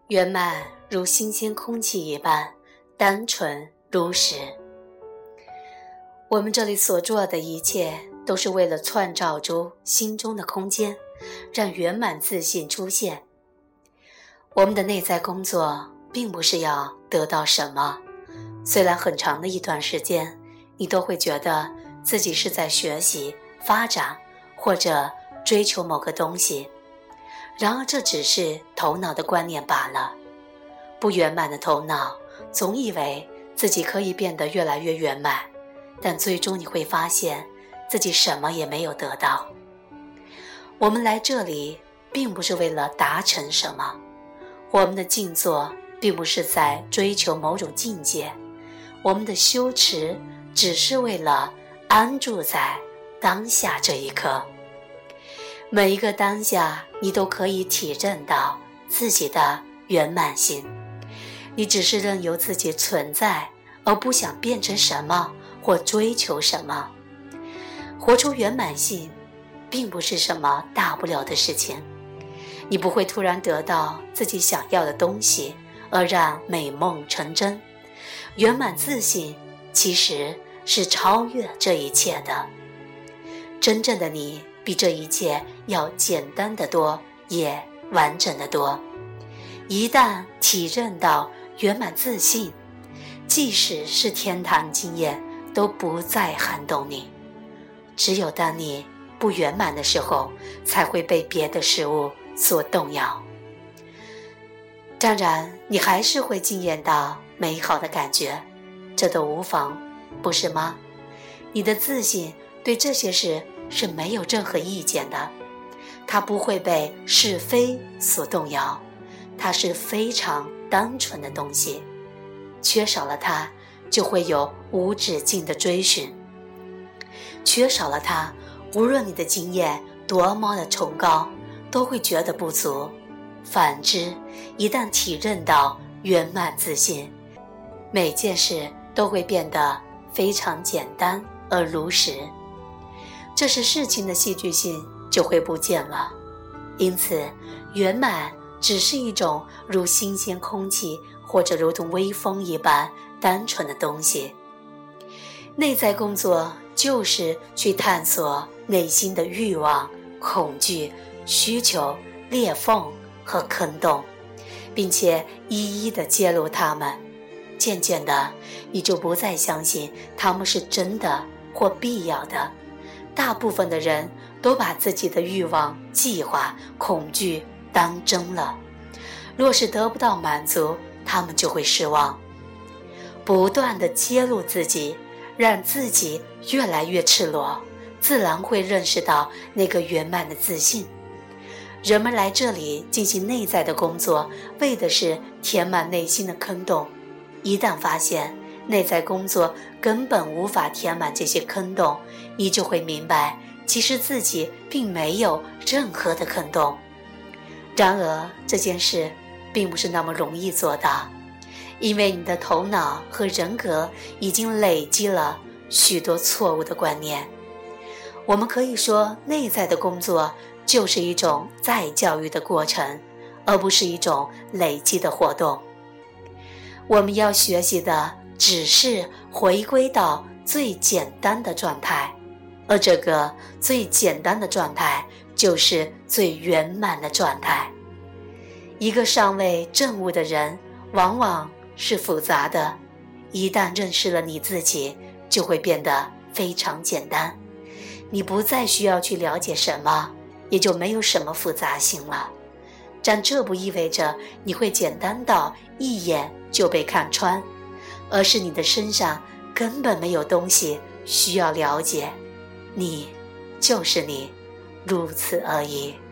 圆满如新鲜空气一般，单纯如实。我们这里所做的一切都是为了创造出心中的空间，让圆满自信出现。我们的内在工作并不是要得到什么，虽然很长的一段时间你都会觉得自己是在学习、发展或者追求某个东西，然而这只是头脑的观念罢了。不圆满的头脑总以为自己可以变得越来越圆满，但最终你会发现自己什么也没有得到。我们来这里并不是为了达成什么，我们的静坐并不是在追求某种境界，我们的修持只是为了安住在当下这一刻。每一个当下你都可以体认到自己的圆满性，你只是任由自己存在，而不想变成什么或追求什么。活出圆满性并不是什么大不了的事情，你不会突然得到自己想要的东西而让美梦成真。圆满自信其实是超越这一切的，真正的你比这一切要简单得多，也完整得多。一旦体认到圆满自信，即使是天堂经验都不再撼动你。只有当你不圆满的时候，才会被别的事物所动摇。当然你还是会惊艳到美好的感觉，这都无妨，不是吗？你的自信对这些事是没有任何意见的，它不会被是非所动摇，它是非常单纯的东西，缺少了它就会有无止境的追寻，缺少了它，无论你的经验多么的崇高，都会觉得不足。反之，一旦体认到圆满自信，每件事都会变得非常简单而如实，这时事情的戏剧性就会不见了。因此圆满只是一种如新鲜空气或者如同微风一般单纯的东西。内在工作就是去探索内心的欲望、恐惧、需求、裂缝和坑洞，并且一一地揭露它们。渐渐的，你就不再相信它们是真的或必要的。大部分的人都把自己的欲望、计划、恐惧当真了，若是得不到满足，他们就会失望。不断地揭露自己，让自己越来越赤裸，自然会认识到那个圆满的自信。人们来这里进行内在的工作，为的是填满内心的坑洞。一旦发现内在工作根本无法填满这些坑洞，你就会明白，其实自己并没有任何的坑洞。然而这件事并不是那么容易做到，因为你的头脑和人格已经累积了许多错误的观念。我们可以说，内在的工作就是一种再教育的过程，而不是一种累积的活动。我们要学习的只是回归到最简单的状态，而这个最简单的状态就是最圆满的状态。一个尚未证悟的人往往是复杂的，一旦认识了你自己，就会变得非常简单。你不再需要去了解什么，也就没有什么复杂性了。但这不意味着你会简单到一眼就被看穿，而是你的身上根本没有东西需要了解，你就是你，如此而已。